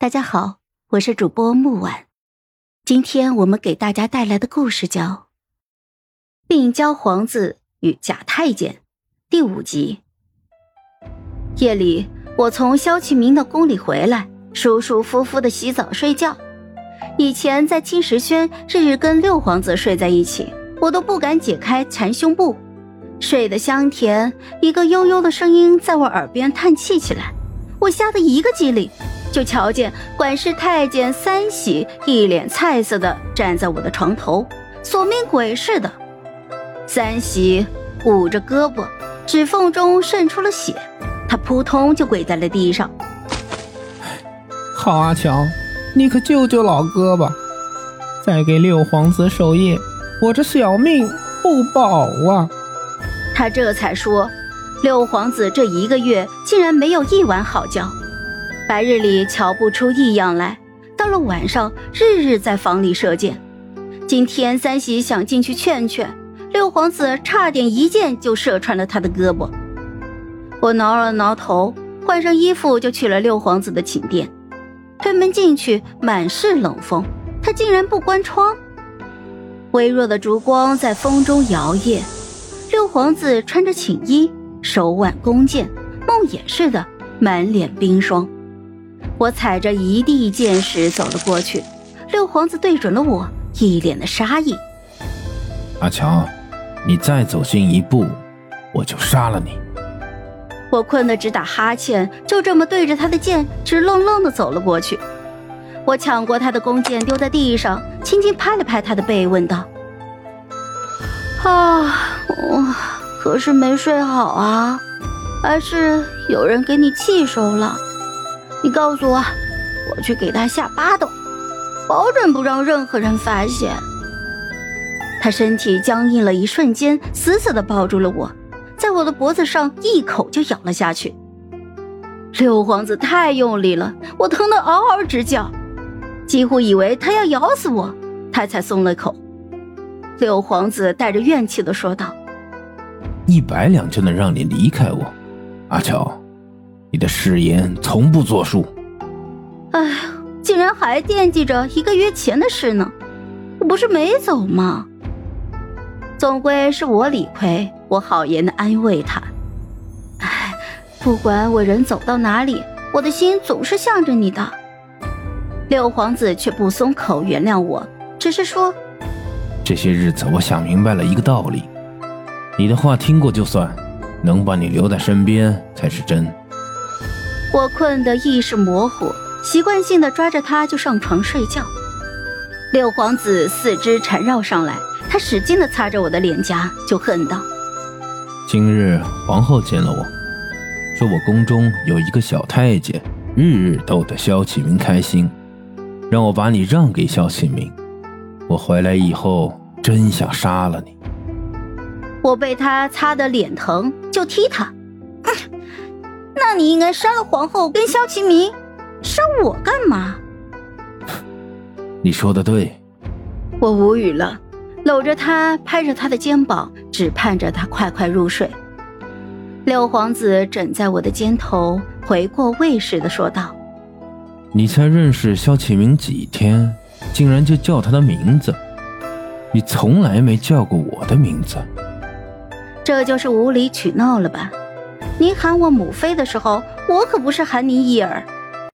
大家好，我是主播木婉。今天我们给大家带来的故事叫《病娇皇子与假太监》第5集。夜里，我从萧启明的宫里回来，舒舒服服的洗澡睡觉。以前在青石轩日日跟六皇子睡在一起，我都不敢解开缠胸布，睡得香甜，一个悠悠的声音在我耳边叹气起来，我吓得一个激灵，就瞧见管事太监三喜一脸菜色的站在我的床头，索命鬼似的。三喜捂着胳膊，指缝中渗出了血，他扑通就跪在了地上。 好阿乔，你可救救老哥吧，再给六皇子守夜，我这小命不保啊。 他这才说，六皇子这1个月竟然没有一晚好觉，白日里瞧不出异样来，到了晚上日日在房里射箭。今天三喜想进去劝劝，六皇子差点一箭就射穿了他的胳膊。我挠了挠头，换上衣服就去了六皇子的寝殿。推门进去，满是冷风，他竟然不关窗。微弱的烛光在风中摇曳，六皇子穿着寝衣，手挽弓箭，梦魇似的，满脸冰霜。我踩着一地箭矢走了过去，六皇子对准了我，一脸的杀意。 阿乔，你再走近一步，我就杀了你。 我困得直打哈欠，就这么对着他的箭直愣愣地走了过去。我抢过他的弓箭丢在地上，轻轻拍了拍他的背，问道：可是没睡好啊，还是有人给你气收了？你告诉我，我去给他下8斗，保准不让任何人发现。他身体僵硬了一瞬间，死死地抱住了我，在我的脖子上一口就咬了下去。六皇子太用力了，我疼得嗷嗷直叫，几乎以为他要咬死我，他才松了口。六皇子带着怨气地说道 ：100两就能让你离开我，阿乔，你的誓言从不作数。 哎，竟然还惦记着1个月前的事呢，我不是没走吗？总归是我理亏，我好言的安慰他。哎，不管我人走到哪里，我的心总是向着你的。六皇子却不松口原谅我，只是说： 这些日子我想明白了一个道理，你的话听过就算，能把你留在身边才是真。 我困得意识模糊，习惯性地抓着他就上床睡觉。六皇子4肢缠绕上来，他使劲地擦着我的脸颊，就恨道： 今日皇后见了我，说我宫中有一个小太监，日日逗得萧启明开心，让我把你让给萧启明。我回来以后真想杀了你。 我被他擦得脸疼，就踢他。那你应该杀了皇后跟萧启明，杀我干嘛？ 你说的对。 我无语了，搂着他，拍着他的肩膀，只盼着他快快入睡。六皇子枕在我的肩头，回过味似的说道： 你才认识萧启明几天，竟然就叫他的名字，你从来没叫过我的名字。 这就是无理取闹了吧？您喊我母妃的时候，我可不是喊你一耳，